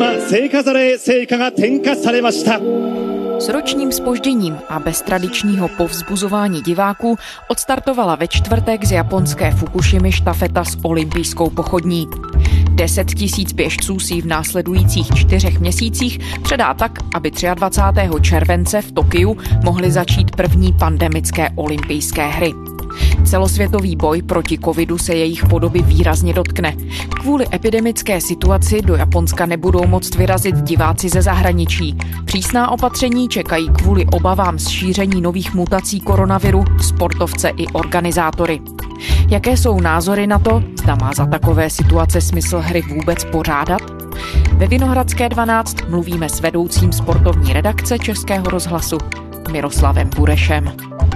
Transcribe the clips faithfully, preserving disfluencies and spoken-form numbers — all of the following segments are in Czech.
S ročním zpožděním a bez tradičního povzbuzování diváků odstartovala ve čtvrtek z japonské Fukušimy štafeta s olympijskou pochodní. Deset tisíc běžců si v následujících čtyřech měsících předá tak, aby dvacátého třetího července v Tokiu mohly začít první pandemické olympijské hry. Celosvětový boj proti covidu se jejich podoby výrazně dotkne. Kvůli epidemické situaci do Japonska nebudou moct vyrazit diváci ze zahraničí. Přísná opatření čekají kvůli obavám z šíření nových mutací koronaviru sportovce i organizátory. Jaké jsou názory na to, zda má za takové situace smysl hry vůbec pořádat? Ve Vinohradské dvanáct mluvíme s vedoucím sportovní redakce Českého rozhlasu Miroslavem Burešem.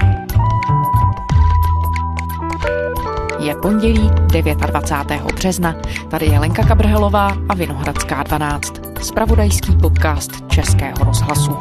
Je pondělí dvacátého devátého března. Tady je Lenka Kabrhelová a Vinohradská dvanáct. Zpravodajský podcast Českého rozhlasu.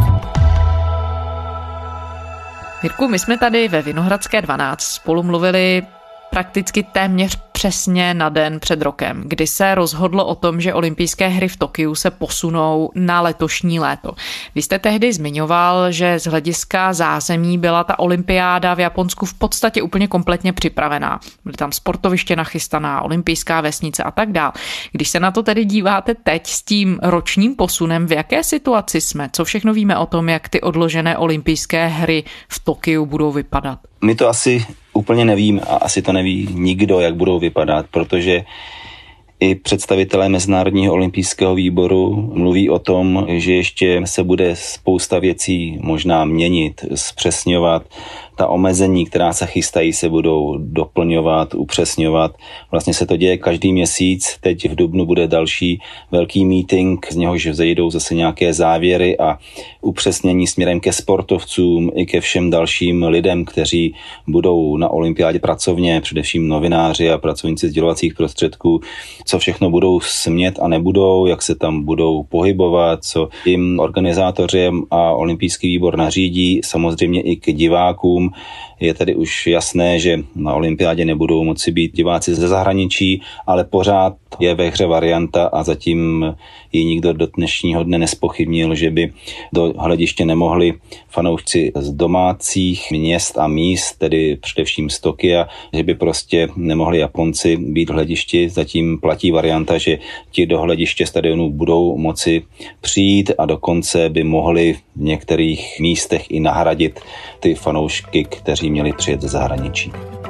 Mirku, my jsme tady ve Vinohradské dvanáct spolu mluvili prakticky téměř přesně na den před rokem, kdy se rozhodlo o tom, že olympijské hry v Tokiu se posunou na letošní léto. Vy jste tehdy zmiňoval, že z hlediska zázemí byla ta olympiáda v Japonsku v podstatě úplně kompletně připravená. Byly tam sportoviště nachystaná, olympijská vesnice a tak dál. Když se na to tedy díváte teď s tím ročním posunem, v jaké situaci jsme? Co všechno víme o tom, jak ty odložené olympijské hry v Tokiu budou vypadat? My to asi úplně nevím a asi to neví nikdo, jak budou vypadat, protože i představitelé Mezinárodního olympijského výboru mluví o tom, že ještě se bude spousta věcí možná měnit, zpřesňovat. Ta omezení, která se chystají, se budou doplňovat, upřesňovat. Vlastně se to děje každý měsíc. Teď v dubnu bude další velký meeting, z něhož vzejdou zase nějaké závěry a upřesnění směrem ke sportovcům i ke všem dalším lidem, kteří budou na olympiádě pracovně, především novináři a pracovníci sdělovacích prostředků, co všechno budou smět a nebudou, jak se tam budou pohybovat, co jim organizátoři a olympijský výbor nařídí, samozřejmě i k divákům. Je tedy už jasné, že na olympiádě nebudou moci být diváci ze zahraničí, ale pořád je ve hře varianta a zatím ji nikdo do dnešního dne nespochybnil, že by do hlediště nemohli fanoušci z domácích měst a míst, tedy především z Tokia, že by prostě nemohli Japonci být v hledišti. Zatím platí varianta, že ti do hlediště stadionu budou moci přijít a dokonce by mohli v některých místech i nahradit ty fanoušky, kteří měli přijet ze zahraničí.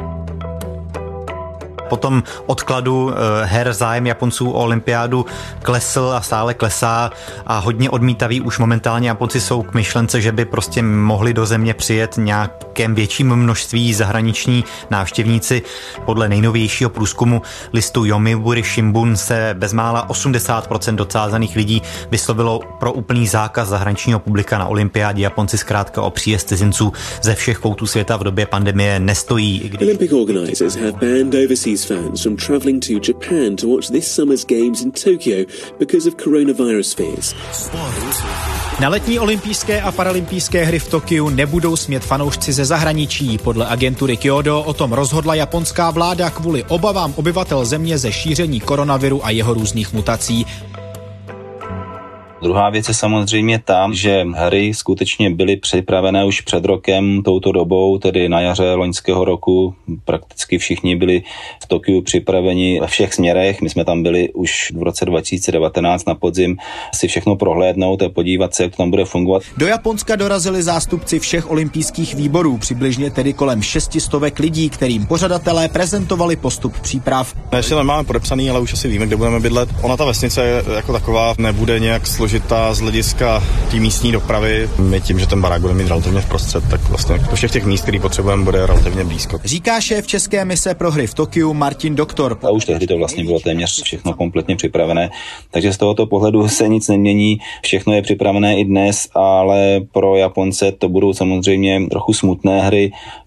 Po tom odkladu her zájem Japonců o olympiádu klesl a stále klesá a hodně odmítaví už momentálně Japonci jsou k myšlence, že by prostě mohli do země přijet nějakém větším množství zahraniční návštěvníci. Podle nejnovějšího průzkumu listu Yomiuri Shimbun se bezmála osmdesát procent dotázaných lidí vyslovilo pro úplný zákaz zahraničního publika na olympiádě. Japonci zkrátka o příjezd cizinců ze všech koutů světa v době pandemie nestojí. I když... Olympic organizers have banned overseas fans from travelling to Japan to watch this summer's games in Tokyo because of coronavirus fears. Na letní olympijské a paralympijské hry v Tokiu nebudou smět fanoušci ze zahraničí. Podle agentury Kyodo o tom rozhodla japonská vláda kvůli obavám obyvatel země ze šíření koronaviru a jeho různých mutací. Druhá věc je samozřejmě ta, že hry skutečně byly připravené už před rokem touto dobou, tedy na jaře loňského roku. Prakticky všichni byli v Tokiu připraveni ve všech směrech. My jsme tam byli už v roce dva tisíce devatenáct na podzim si všechno prohlédnout a podívat se, jak to tam bude fungovat. Do Japonska dorazili zástupci všech olympijských výborů, přibližně tedy kolem šestistovek lidí, kterým pořadatelé prezentovali postup příprav. Ještě nemáme podepsaný, ale už asi víme, kde budeme bydlet. Ona ta vesnice jako taková nebude nějak složitá z hlediska té místní dopravy. My tím, že ten barák bude mít relativně vprostřed, tak vlastně do všech těch míst, který potřebujeme, bude relativně blízko. Říká šéf České mise pro hry v Tokiu Martin Doktor. A už tehdy to vlastně bylo téměř všechno kompletně připravené, takže z tohoto pohledu se nic nemění. Všechno je připravené i dnes, ale pro Japonce to budou samozřejmě trochu smutné hry,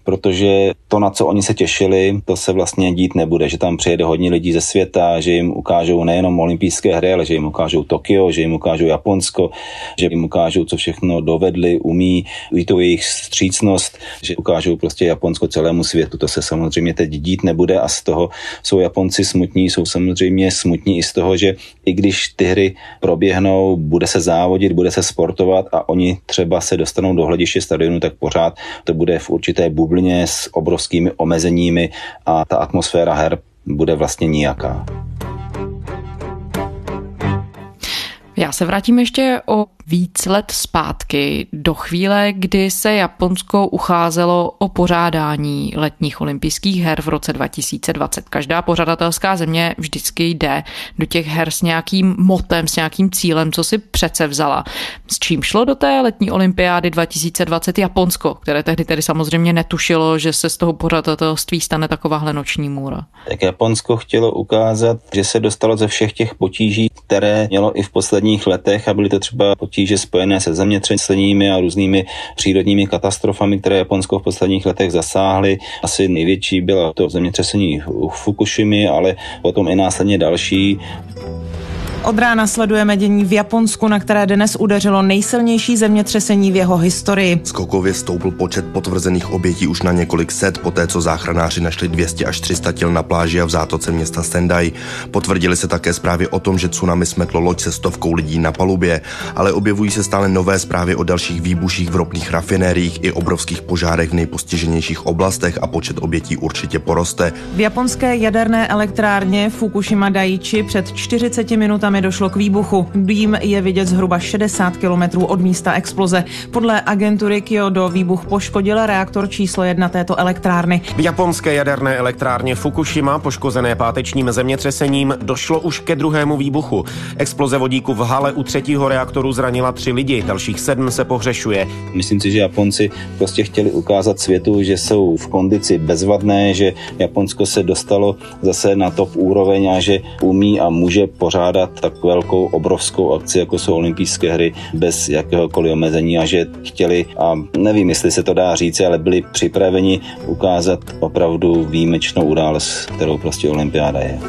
protože to, na co oni se těšili, to se vlastně dít nebude, že tam přijede hodně lidí ze světa, že jim ukážou nejenom olympijské hry, ale že jim ukážou Tokio, že jim ukážou Japonsko, že jim ukážou, co všechno dovedli, umí, ví to jejich vstřícnost, že ukážou prostě Japonsko celému světu. To se samozřejmě teď dít nebude a z toho jsou Japonci smutní, jsou samozřejmě smutní i z toho, že i když ty hry proběhnou, bude se závodit, bude se sportovat a oni třeba se dostanou do hlediště stadionu, tak pořád to bude v určité bublině s obrovskými omezeními a ta atmosféra her bude vlastně nijaká. Já se vrátím ještě o víc let zpátky do chvíle, kdy se Japonsko ucházelo o pořádání letních olympijských her v roce dva tisíce dvacet. Každá pořadatelská země vždycky jde do těch her s nějakým motem, s nějakým cílem, co si přece vzala. S čím šlo do té letní olympiády dva tisíce dvacet Japonsko, které tehdy tedy samozřejmě netušilo, že se z toho pořadatelství stane takováhle noční můra? Tak Japonsko chtělo ukázat, že se dostalo ze všech těch potíží, které mělo i v posledních letech a byly to třeba potíže spojené se zemětřeseními a různými přírodními katastrofami, které Japonsko v posledních letech zasáhly. Asi největší bylo to zemětřesení v Fukušimi, ale potom i následně další. Od rána sledujeme dění v Japonsku, na které dnes udeřilo nejsilnější zemětřesení v jeho historii. Skokově stoupl počet potvrzených obětí už na několik set, poté co záchranáři našli dvě stě až tři sta těl na pláži a v zátoce města Sendai. Potvrdili se také zprávy o tom, že tsunami smetlo loď se stovkou lidí na palubě, ale objevují se stále nové zprávy o dalších výbuších v ropných rafinériích i obrovských požárech v nejpostiženějších oblastech a počet obětí určitě poroste. V japonské jaderné elektrárně Fukushima Daiichi před čtyřiceti minutami došlo k výbuchu. Dým je vidět zhruba šedesát kilometrů od místa exploze. Podle agentury Kyodo výbuch poškodil reaktor číslo jedna této elektrárny. V japonské jaderné elektrárně Fukushima, poškozené pátečním zemětřesením, došlo už ke druhému výbuchu. Exploze vodíku v hale u třetího reaktoru zranila tři lidi, dalších sedm se pohřešuje. Myslím si, že Japonci prostě chtěli ukázat světu, že jsou v kondici bezvadné, že Japonsko se dostalo zase na top úroveň a že umí a může pořádat tak velkou, obrovskou akci, jako jsou olympijské hry, bez jakéhokoliv omezení a že chtěli, a nevím, jestli se to dá říct, ale byli připraveni ukázat opravdu výjimečnou událost, kterou prostě olympiáda je.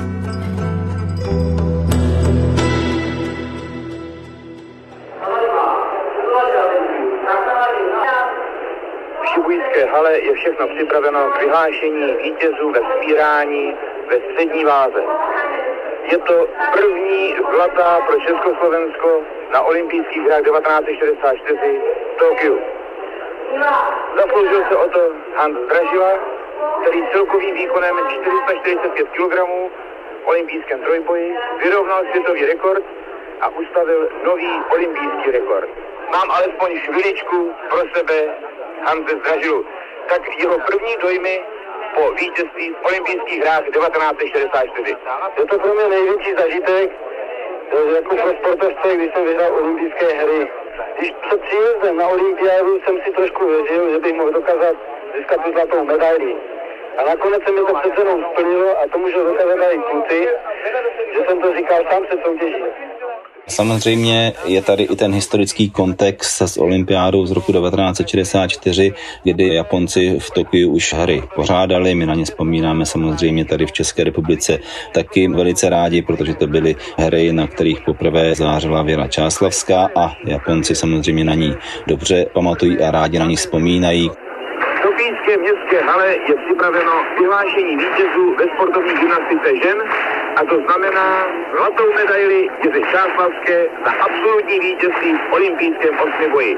V šibujské hale je všechno připraveno k vyhlášení vítězů ve vzpírání ve střední váze. Je to první zlatá pro Československo na olympijských hrách devatenáct set šedesát čtyři v Tokiu. Zasloužil se o to Hans Dražila, který celkovým výkonem čtyři sta čtyřicet pět kilogramů v olympijském trojboji vyrovnal světový rekord a ustavil nový olympijský rekord. Mám alespoň chviličku pro sebe Hanse Dražilu. Tak jeho první dojmy po vítězství v olympijských hrách devatenáct set šedesát čtyři. Je to pro mě největší zažitek, jako pro sportovce, když jsem vyhrál olympijské hry. Když před příjezdem na olympiádu jsem si trošku věřil, že bych mohl dokázat získat tu zlatou medaili. A nakonec se mi to přece jenom splnilo a to můžu dokázat i kluci, že jsem to říkal sám se soutěží. Samozřejmě je tady i ten historický kontext s olympiádou z roku devatenáct set šedesát čtyři, kdy Japonci v Tokiu už hry pořádali. My na ně vzpomínáme samozřejmě tady v České republice taky velice rádi, protože to byly hry, na kterých poprvé zářila Věra Čáslavská a Japonci samozřejmě na ní dobře pamatují a rádi na ní vzpomínají. V tokijské městské hale je připraveno vyhlášení vítězů ve sportovní gymnastice žen, a to znamená zlatou medaili Věře Čáslavské za absolutní vítězství v olympijském osmiboji.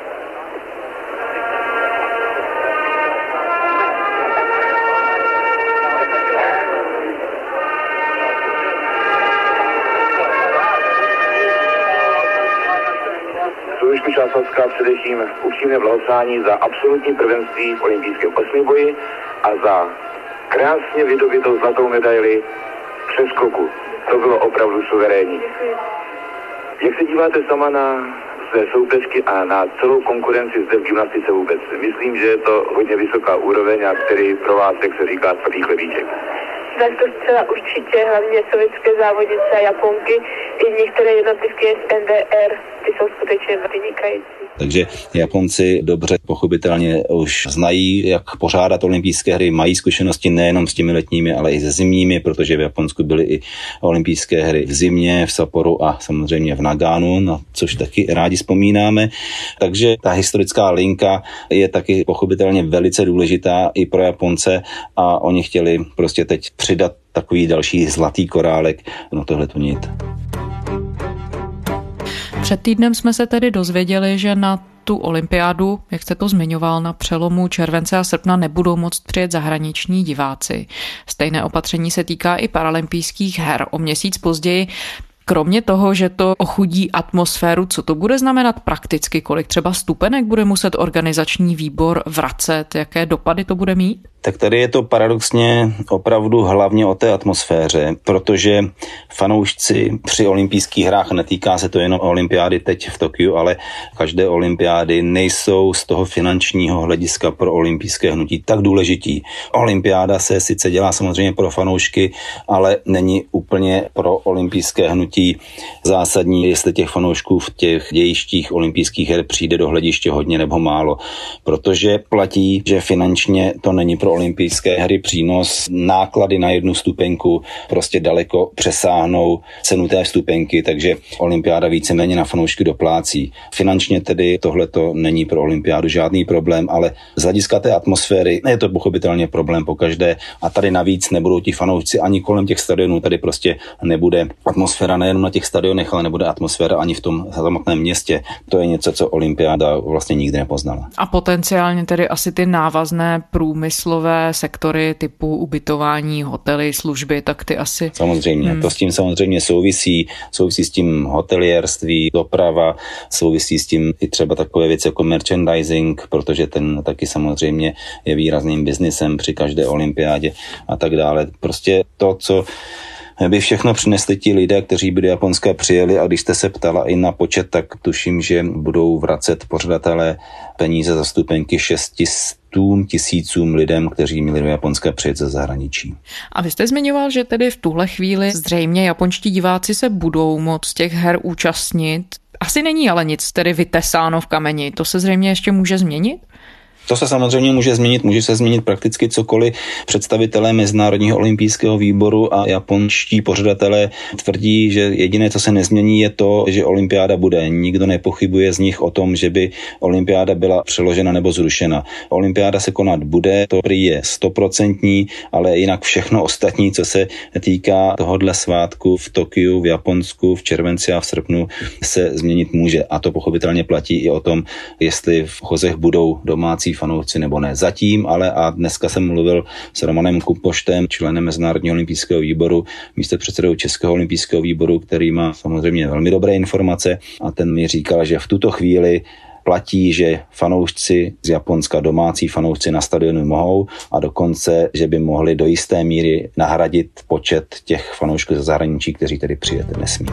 Služby Čáslavská především upřímné blahopřání za absolutní prvenství v olympijském osmiboji a za krásně vydobitou zlatou medaili přeskoku. To bylo opravdu suverénní. Jak se díváte sama na své soupeřky a na celou konkurenci zde v gymnastice vůbec? Myslím, že je to hodně vysoká úroveň a který pro vás, jak se říká, tvrdý chlebíček. tak to zcela určitě, hlavně sovětské závodnice a Japonky i některé jednotlivky z N D R, ty jsou skutečně vynikající. Takže Japonci dobře pochopitelně už znají, jak pořádat olympijské hry, mají zkušenosti nejenom s těmi letními, ale i se zimními, protože v Japonsku byly i olympijské hry v zimě, v Sapporu a samozřejmě v Nagánu, na což taky rádi vzpomínáme. Takže ta historická linka je taky pochopitelně velice důležitá i pro Japonce a oni chtěli prostě teď přidat takový další zlatý korálek na tohletu nit. Před týdnem jsme se tedy dozvěděli, že na tu olympiádu, jak jste to zmiňoval, na přelomu července a srpna nebudou moct přijet zahraniční diváci. Stejné opatření se týká i paralympijských her. O měsíc později, kromě toho, že to ochudí atmosféru, co to bude znamenat prakticky, kolik třeba stupenek bude muset organizační výbor vracet, jaké dopady to bude mít? Tak tady je to paradoxně opravdu hlavně o té atmosféře, protože fanoušci při olympijských hrách, netýká se to jenom olympiády teď v Tokiu, ale každé olympiády nejsou z toho finančního hlediska pro olympijské hnutí tak důležití. Olympiáda se sice dělá samozřejmě pro fanoušky, ale není úplně pro olympijské hnutí zásadní, jestli těch fanoušků v těch dějištích olympijských her přijde do hlediště hodně nebo málo, protože platí, že finančně to není pro olympijské hry přínos, náklady na jednu vstupenku prostě daleko přesáhnou cenu té vstupenky, takže olympiáda víceméně na fanoušky doplácí. Finančně tedy tohleto není pro olympiádu žádný problém, ale z hlediska té atmosféry je to pochopitelně problém pokaždé a tady navíc nebudou ti fanoušci ani kolem těch stadionů, tady prostě nebude atmosféra nejenom na těch stadionech, ale nebude atmosféra ani v tom samotném městě. To je něco, co olympiáda vlastně nikdy nepoznala. A potenciálně tedy asi ty návazné průmyslové sektory typu ubytování, hotely, služby, tak ty asi... Samozřejmě, hmm. to s tím samozřejmě souvisí, souvisí s tím hotelierství, doprava, souvisí s tím i třeba takové věci jako merchandising, protože ten taky samozřejmě je výrazným biznisem při každé olympiádě a tak dále. Prostě to, co by všechno přinesli ti lidé, kteří by do Japonska přijeli a když jste se ptala i na počet, tak tuším, že budou vracet pořadatelé peníze za vstupenky šestistům tisícům lidem, kteří měli do Japonska přijet ze zahraničí. A vy jste zmiňoval, že tedy v tuhle chvíli zřejmě japonští diváci se budou moct těch her účastnit. Asi není ale nic tedy vytesáno v kameni. To se zřejmě ještě může změnit? To se samozřejmě může změnit, může se změnit prakticky cokoliv. Představitelé Mezinárodního olympijského výboru a japonští pořadatelé tvrdí, že jediné, co se nezmění, je to, že olympiáda bude. Nikdo nepochybuje z nich o tom, že by olympiáda byla přeložena nebo zrušena. Olympiáda se konat bude, to prý je stoprocentní, ale jinak všechno ostatní, co se týká tohodle svátku v Tokiu, v Japonsku, v červenci a v srpnu, se změnit může. A to pochopitelně platí i o tom, jestli v chozech budou domácí fanoušci nebo ne. Zatím, ale a dneska jsem mluvil s Romanem Kupoštem, členem Mezinárodního olympijského výboru, místopředsedou Českého olympijského výboru, který má samozřejmě velmi dobré informace a ten mi říkal, že v tuto chvíli platí, že fanoušci z Japonska, domácí fanoušci na stadionu mohou a dokonce, že by mohli do jisté míry nahradit počet těch fanoušků ze zahraničí, kteří tedy přijet nesmí.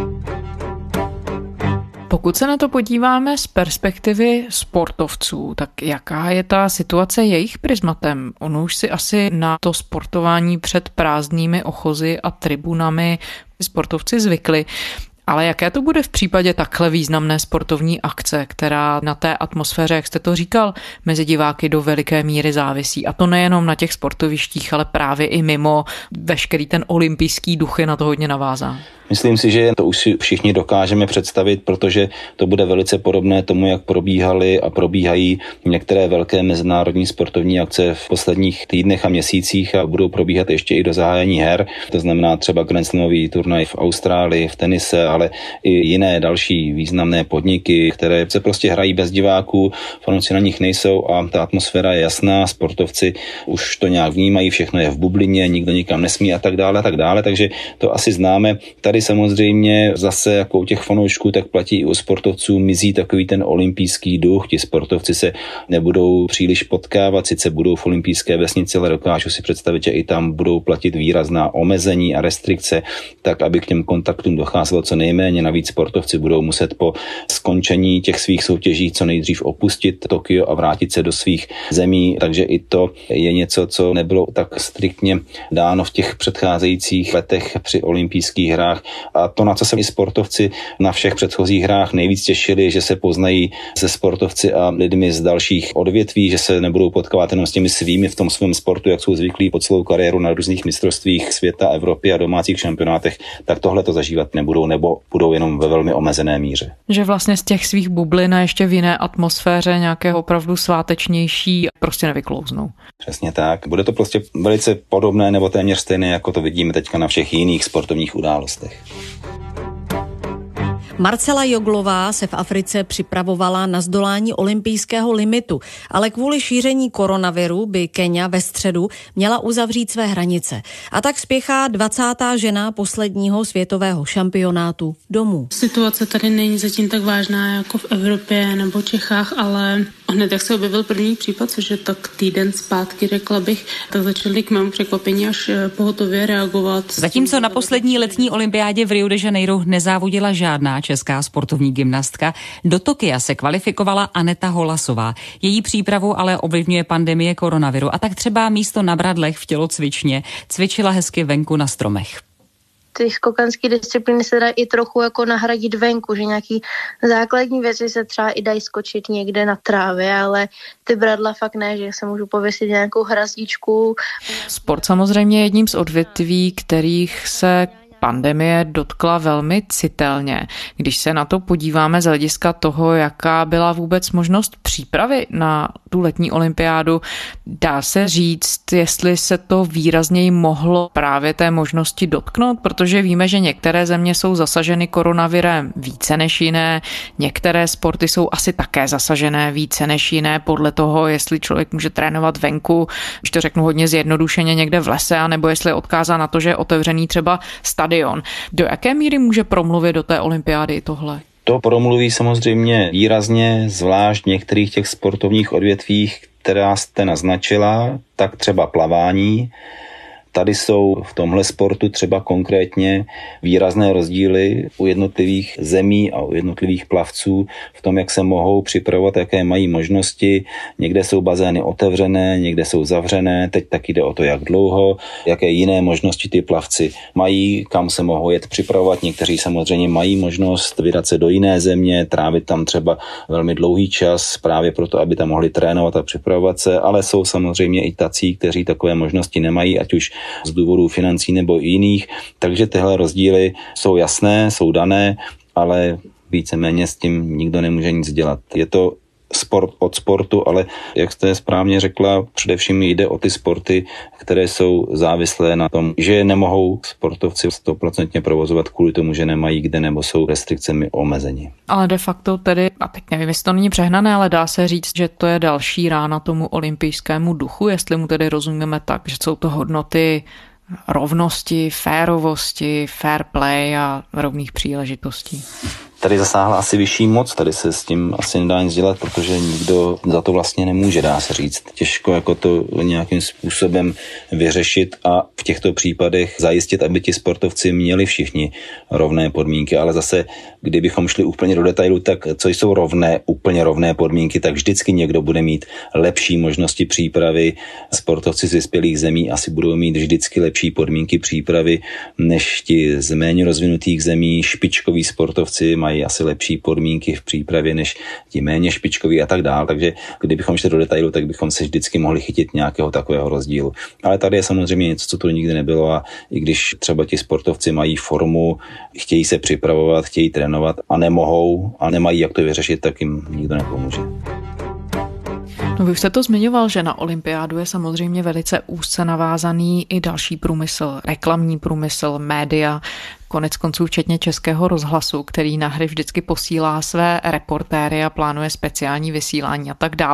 Pokud se na to podíváme z perspektivy sportovců, tak jaká je ta situace jejich prismatem? Ono už si asi na to sportování před prázdnými ochozy a tribunami sportovci zvykli. Ale jaké to bude v případě takhle významné sportovní akce, která na té atmosféře, jak jste to říkal, mezi diváky do veliké míry závisí. A to nejenom na těch sportovištích, ale právě i mimo. Veškerý ten olympijský duch je na to hodně navázán. Myslím si, že to už si všichni dokážeme představit, protože to bude velice podobné tomu, jak probíhaly a probíhají některé velké mezinárodní sportovní akce v posledních týdnech a měsících a budou probíhat ještě i do zahájení her. To znamená třeba Grand Slamový turnaj v Austrálii, v tenise, ale i jiné další významné podniky, které se prostě hrají bez diváků, fanoušci na nich nejsou a ta atmosféra je jasná, sportovci už to nějak vnímají, všechno je v bublině, nikdo nikam nesmí a tak dále, a tak dále, takže to asi známe. Tady samozřejmě zase jako u těch fanoušků, tak platí i u sportovců, mizí takový ten olympijský duch. Ti sportovci se nebudou příliš potkávat, sice budou v olympijské vesnici, ale dokážu si představit, že i tam budou platit výrazná omezení a restrikce, tak aby k těm kontaktům docházelo co nejméně. Navíc sportovci budou muset po skončení těch svých soutěží co nejdřív opustit Tokio a vrátit se do svých zemí, takže i to je něco, co nebylo tak striktně dáno v těch předcházejících letech při olympijských hrách. A to, na co se i sportovci na všech předchozích hrách nejvíc těšili, že se poznají se sportovci a lidmi z dalších odvětví, že se nebudou potkávat jenom s těmi svými v tom svém sportu, jak jsou zvyklí po celou kariéru na různých mistrovstvích světa, Evropy a domácích šampionátech, tak tohle to zažívat nebudou nebo budou jenom ve velmi omezené míře. Že vlastně z těch svých bublin a ještě v jiné atmosféře nějakého opravdu svátečnější prostě nevyklouznou. Přesně tak. Bude to prostě velice podobné nebo téměř stejné, jako to vidíme teďka na všech jiných sportovních událostech. Marcela Joglová se v Africe připravovala na zdolání olympijského limitu, ale kvůli šíření koronaviru by Kenya ve středu měla uzavřít své hranice. A tak spěchá dvacátá žena posledního světového šampionátu domů. Situace tady není zatím tak vážná jako v Evropě nebo Čechách, ale hned jak se objevil první případ, což je tak týden zpátky, řekla bych, tak začali k mému překvapení až pohotově reagovat. Zatímco na poslední letní olympiádě v Rio de Janeiro nezávodila žádná česká sportovní gymnastka, do Tokia se kvalifikovala Aneta Holasová. Její přípravu ale ovlivňuje pandemie koronaviru a tak třeba místo na bradlech v tělocvičně cvičila hezky venku na stromech. Ty skokanské disciplíny se dají i trochu jako nahradit venku, že nějaký základní věci se třeba i dají skočit někde na trávě, ale ty bradla fakt ne, že se můžu pověsit nějakou hrazdičku. Sport samozřejmě je jedním z odvětví, kterých se pandemie dotkla velmi citelně. Když se na to podíváme z hlediska toho, jaká byla vůbec možnost přípravy na tu letní olympiádu, dá se říct, jestli se to výrazněji mohlo právě té možnosti dotknout, protože víme, že některé země jsou zasaženy koronavirem více než jiné, některé sporty jsou asi také zasažené více než jiné podle toho, jestli člověk může trénovat venku, když to řeknu hodně zjednodušeně někde v lese, anebo jestli je odkázán na to, že je otevřený třeba stadion. Do jaké míry může promluvit do té olympiády tohle? To promluví samozřejmě výrazně, zvlášť v některých těch sportovních odvětvích, která jste naznačila, tak třeba plavání. Tady jsou v tomhle sportu třeba konkrétně výrazné rozdíly u jednotlivých zemí a u jednotlivých plavců v tom, jak se mohou připravovat, jaké mají možnosti. Někde jsou bazény otevřené, někde jsou zavřené, teď taky jde o to, jak dlouho, jaké jiné možnosti ty plavci mají, kam se mohou jet připravovat. Někteří samozřejmě mají možnost vydat se do jiné země, trávit tam třeba velmi dlouhý čas právě proto, aby tam mohli trénovat a připravovat se, ale jsou samozřejmě i tací, kteří takové možnosti nemají, ať už z důvodů financí nebo jiných, takže tyhle rozdíly jsou jasné, jsou dané, ale víceméně s tím nikdo nemůže nic dělat. Je to sport od sportu, ale jak jste správně řekla, především jde o ty sporty, které jsou závislé na tom, že nemohou sportovci stoprocentně provozovat kvůli tomu, že nemají kde nebo jsou restrikcemi omezeni. Ale de facto tedy, a teď nevím, jestli to není přehnané, ale dá se říct, že to je další rána tomu olympijskému duchu, jestli mu tedy rozumíme tak, že jsou to hodnoty rovnosti, férovosti, fair play a rovných příležitostí. Tady zasáhla asi vyšší moc, tady se s tím asi nedá nic dělat, protože nikdo za to vlastně nemůže, dá se říct. Těžko jako to nějakým způsobem vyřešit a v těchto případech zajistit, aby ti sportovci měli všichni rovné podmínky, ale zase, kdybychom šli úplně do detailu, tak co jsou rovné, úplně rovné podmínky, tak vždycky někdo bude mít lepší možnosti přípravy. Sportovci z vyspělých zemí asi budou mít vždycky lepší podmínky přípravy než ti z méně rozvinutých zemí. Špičkoví sportovci mají asi lepší podmínky v přípravě než ti méně špičkoví a tak dál. Takže kdybychom šli do detailu, tak bychom se vždycky mohli chytit nějakého takového rozdílu. Ale tady je samozřejmě něco, co tu nikdy nebylo a i když třeba ti sportovci mají formu, chtějí se připravovat, chtějí trénovat a nemohou a nemají jak to vyřešit, tak jim nikdo nepomůže. No, vy už jste to zmiňoval, že na olympiádu je samozřejmě velice úzce navázaný i další průmysl, reklamní průmysl, média, konec konců včetně Českého rozhlasu, který na hry vždycky posílá své reportéry a plánuje speciální vysílání a tak dál.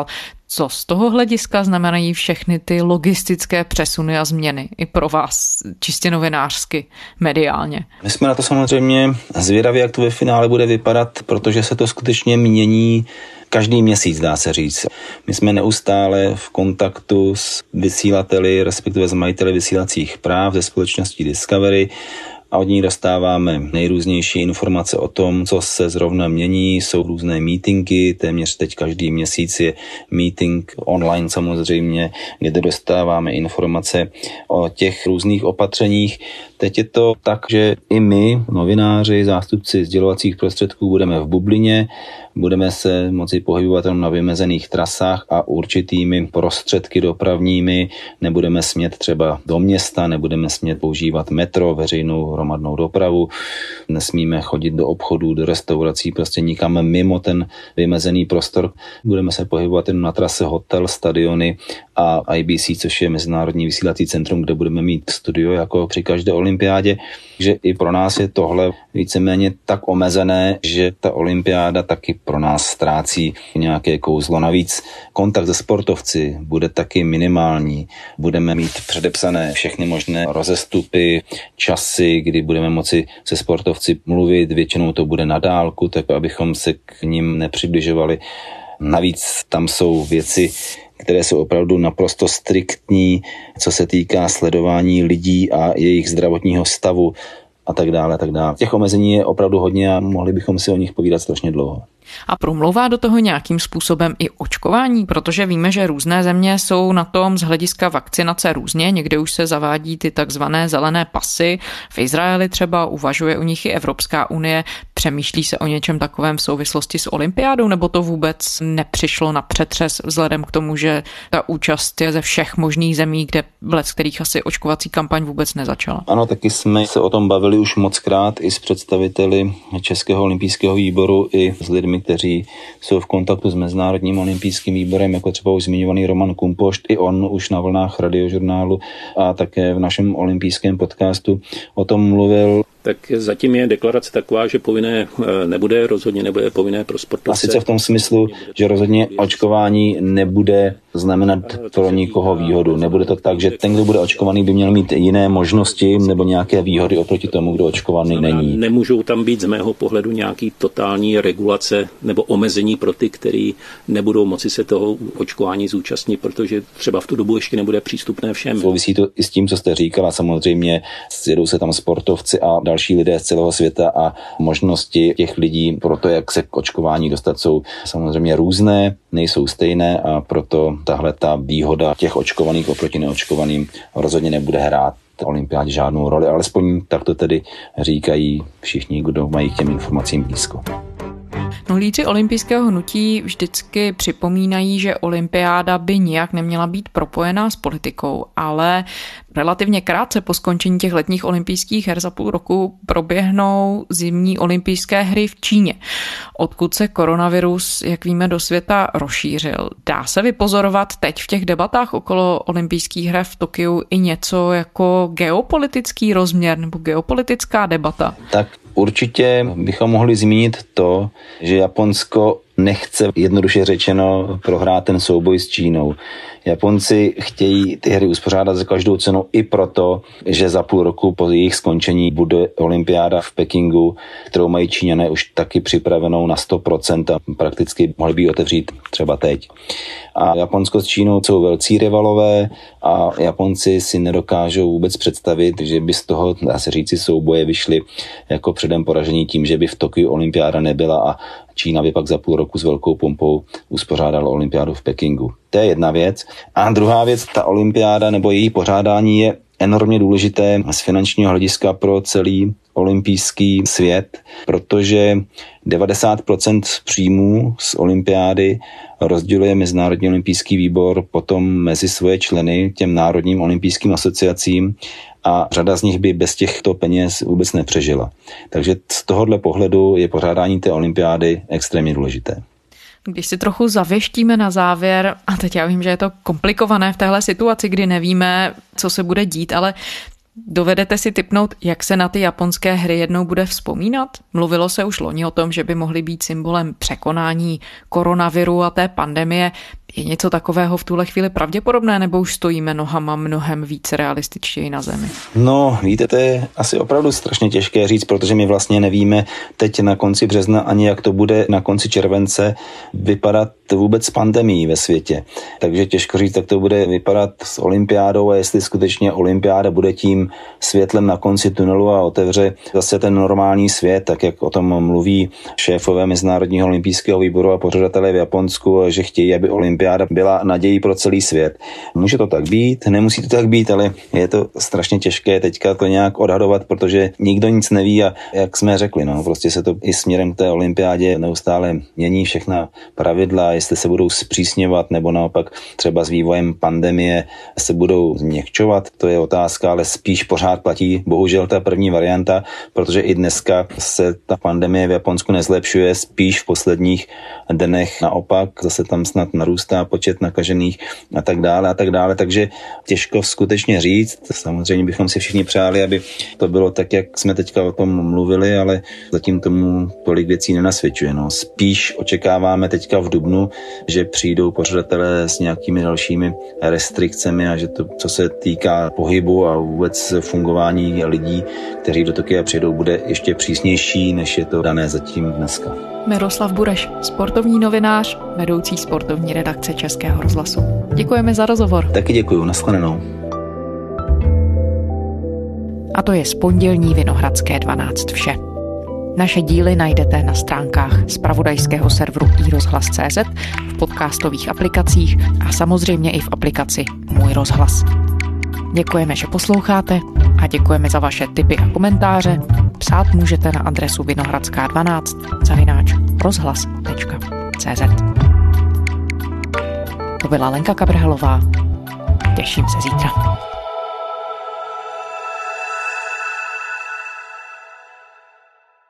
Co z toho hlediska znamenají všechny ty logistické přesuny a změny i pro vás, čistě novinářsky, mediálně? My jsme na to samozřejmě zvědaví, jak to ve finále bude vypadat, protože se to skutečně mění každý měsíc, dá se říct. My jsme neustále v kontaktu s vysílateli, respektive s majiteli vysílacích práv ze společnosti Discovery, a od ní dostáváme nejrůznější informace o tom, co se zrovna mění. Jsou různé meetingy, téměř teď každý měsíc je meeting online samozřejmě, kde dostáváme informace o těch různých opatřeních. Teď je to tak, že i my, novináři, zástupci sdělovacích prostředků, budeme v bublině, budeme se moci pohybovat na vymezených trasách a určitými prostředky dopravními. Nebudeme smět třeba do města, nebudeme smět používat metro, veřejnou hromadnou dopravu, nesmíme chodit do obchodů, do restaurací, prostě nikam mimo ten vymezený prostor. Budeme se pohybovat jen na trase hotel, stadiony a I B C, což je Mezinárodní vysílací centrum, kde budeme mít studio jako při každé olympiádě. Takže i pro nás je tohle víceméně tak omezené, že ta olympiáda taky pro nás ztrácí nějaké kouzlo. Navíc kontakt se sportovci bude taky minimální. Budeme mít předepsané všechny možné rozestupy, časy, kdy budeme moci se sportovci mluvit. Většinou to bude na dálku, tak abychom se k nim nepřibližovali. Navíc tam jsou věci, které jsou opravdu naprosto striktní, co se týká sledování lidí a jejich zdravotního stavu a tak dále, a tak dále. Těch omezení je opravdu hodně a mohli bychom si o nich povídat strašně dlouho. A promlouvá do toho nějakým způsobem i očkování, protože víme, že různé země jsou na tom z hlediska vakcinace různě, někde už se zavádí ty takzvané zelené pasy, v Izraeli třeba uvažuje o nich i Evropská unie, přemýšlí se o něčem takovém v souvislosti s olympiádou, nebo to vůbec nepřišlo na přetřes vzhledem k tomu, že ta účast je ze všech možných zemí, kde v kterých asi očkovací kampaň vůbec nezačala? Ano, taky jsme se o tom bavili už mockrát i s představiteli Českého olympijského výboru, i s lidmi, kteří jsou v kontaktu s Mezinárodním olympijským výborem, jako třeba už zmiňovaný Roman Kumpošt, i on už na vlnách Radiožurnálu a také v našem olympijském podcastu o tom mluvil. Tak zatím je deklarace taková, že povinné nebude, rozhodně nebude povinné pro sportovce. A sice v tom smyslu, že rozhodně očkování nebude znamenat pro nikoho výhodu. Nebude to tak, že ten, kdo bude očkovaný, by měl mít jiné možnosti nebo nějaké výhody oproti tomu, kdo očkovaný znamená, není. Nemůžou tam být z mého pohledu nějaký totální regulace nebo omezení pro ty, kteří nebudou moci se toho očkování zúčastnit, protože třeba v tu dobu ještě nebude přístupné všem. Souvisí to i s tím, co jste říkala. Samozřejmě sjedou se tam sportovci a další lidé z celého světa a možnosti těch lidí pro to, jak se k očkování dostat, jsou samozřejmě různé, nejsou stejné a proto tahle ta výhoda těch očkovaných oproti neočkovaným rozhodně nebude hrát olympiádě žádnou roli, alespoň tak to tedy říkají všichni, kdo mají k těm informacím blízko. No, lídři olympijského hnutí vždycky připomínají, že olympiáda by nijak neměla být propojená s politikou, ale relativně krátce po skončení těch letních olympijských her za půl roku proběhnou zimní olympijské hry v Číně, odkud se koronavirus, jak víme, do světa rozšířil. Dá se vypozorovat teď v těch debatách okolo olympijských her v Tokiu i něco jako geopolitický rozměr nebo geopolitická debata? Tak určitě bychom mohli zmínit to, že Japonsko nechce, jednoduše řečeno, prohrát ten souboj s Čínou. Japonci chtějí ty hry uspořádat za každou cenu i proto, že za půl roku po jejich skončení bude olympiáda v Pekingu, kterou mají Číňané už taky připravenou na sto procent a prakticky mohli by ji otevřít třeba teď. A Japonsko s Čínou jsou velcí rivalové a Japonci si nedokážou vůbec představit, že by z toho, dá se říci, souboje vyšli jako předem poražení tím, že by v Tokiu olympiáda nebyla a Čína by pak za půl roku s velkou pompou uspořádala olympiádu v Pekingu. To je jedna věc. A druhá věc, ta olympiáda nebo její pořádání je enormně důležité z finančního hlediska pro celý olympijský svět, protože devadesát procent příjmů z olympiády rozděluje Mezinárodní olympijský výbor potom mezi svoje členy, těm národním olympijským asociacím, a řada z nich by bez těchto peněz vůbec nepřežila. Takže z tohohle pohledu je pořádání té olympiády extrémně důležité. Když si trochu zavěštíme na závěr, a teď já vím, že je to komplikované v téhle situaci, kdy nevíme, co se bude dít, ale dovedete si tipnout, jak se na ty japonské hry jednou bude vzpomínat? Mluvilo se už loni o tom, že by mohly být symbolem překonání koronaviru a té pandemie. Je něco takového v tuhle chvíli pravděpodobné, nebo už stojíme nohama mnohem víc realističtěji na zemi? No, víte, to je asi opravdu strašně těžké říct, protože my vlastně nevíme teď na konci března ani jak to bude na konci července vypadat vůbec s pandemií ve světě. Takže těžko říct, jak to bude vypadat s olympiádou a jestli skutečně olympiáda bude tím světlem na konci tunelu a otevře zase ten normální svět, tak jak o tom mluví šéfové Mezinárodního olympijského výboru a pořadatelé v Japonsku, že chtějí, aby olympiáda byla nadějí pro celý svět. Může to tak být, nemusí to tak být, ale je to strašně těžké teďka to nějak odhadovat, protože nikdo nic neví a jak jsme řekli, no, prostě se to i směrem k té olympiádě neustále mění všechna pravidla, jestli se budou zpřísňovat nebo naopak třeba s vývojem pandemie se budou změkčovat, to je otázka, ale spíš pořád platí bohužel ta první varianta, protože i dneska se ta pandemie v Japonsku nezlepšuje, spíš v posledních dnech naopak, zase tam snad narůstá počet nakažených a tak dále a tak dále, takže těžko skutečně říct. Samozřejmě bychom si všichni přáli, aby to bylo tak, jak jsme teďka o tom mluvili, ale zatím tomu tolik věcí nenasvědčuje. No. Spíš očekáváme teďka v dubnu, že přijdou pořadatelé s nějakými dalšími restrikcemi a že to, co se týká pohybu a vůbec fungování lidí, kteří do Tokia přijdou, bude ještě přísnější, než je to dané zatím dneska. Miroslav Bureš, sportovní novinář, vedoucí sportovní redakce Českého rozhlasu. Děkujeme za rozhovor. Taky děkuju, nashledanou. A to je z pondělní Vinohradské dvanáct vše. Naše díly najdete na stránkách zpravodajského serveru iRozhlas tečka cé zet, v podcastových aplikacích a samozřejmě i v aplikaci Můj rozhlas. Děkujeme, že posloucháte a děkujeme za vaše tipy a komentáře. Psát můžete na adresu vinohradská dvanáct zavináč rozhlas tečka cé zet. To byla Lenka Kabrhelová. Těším se zítra.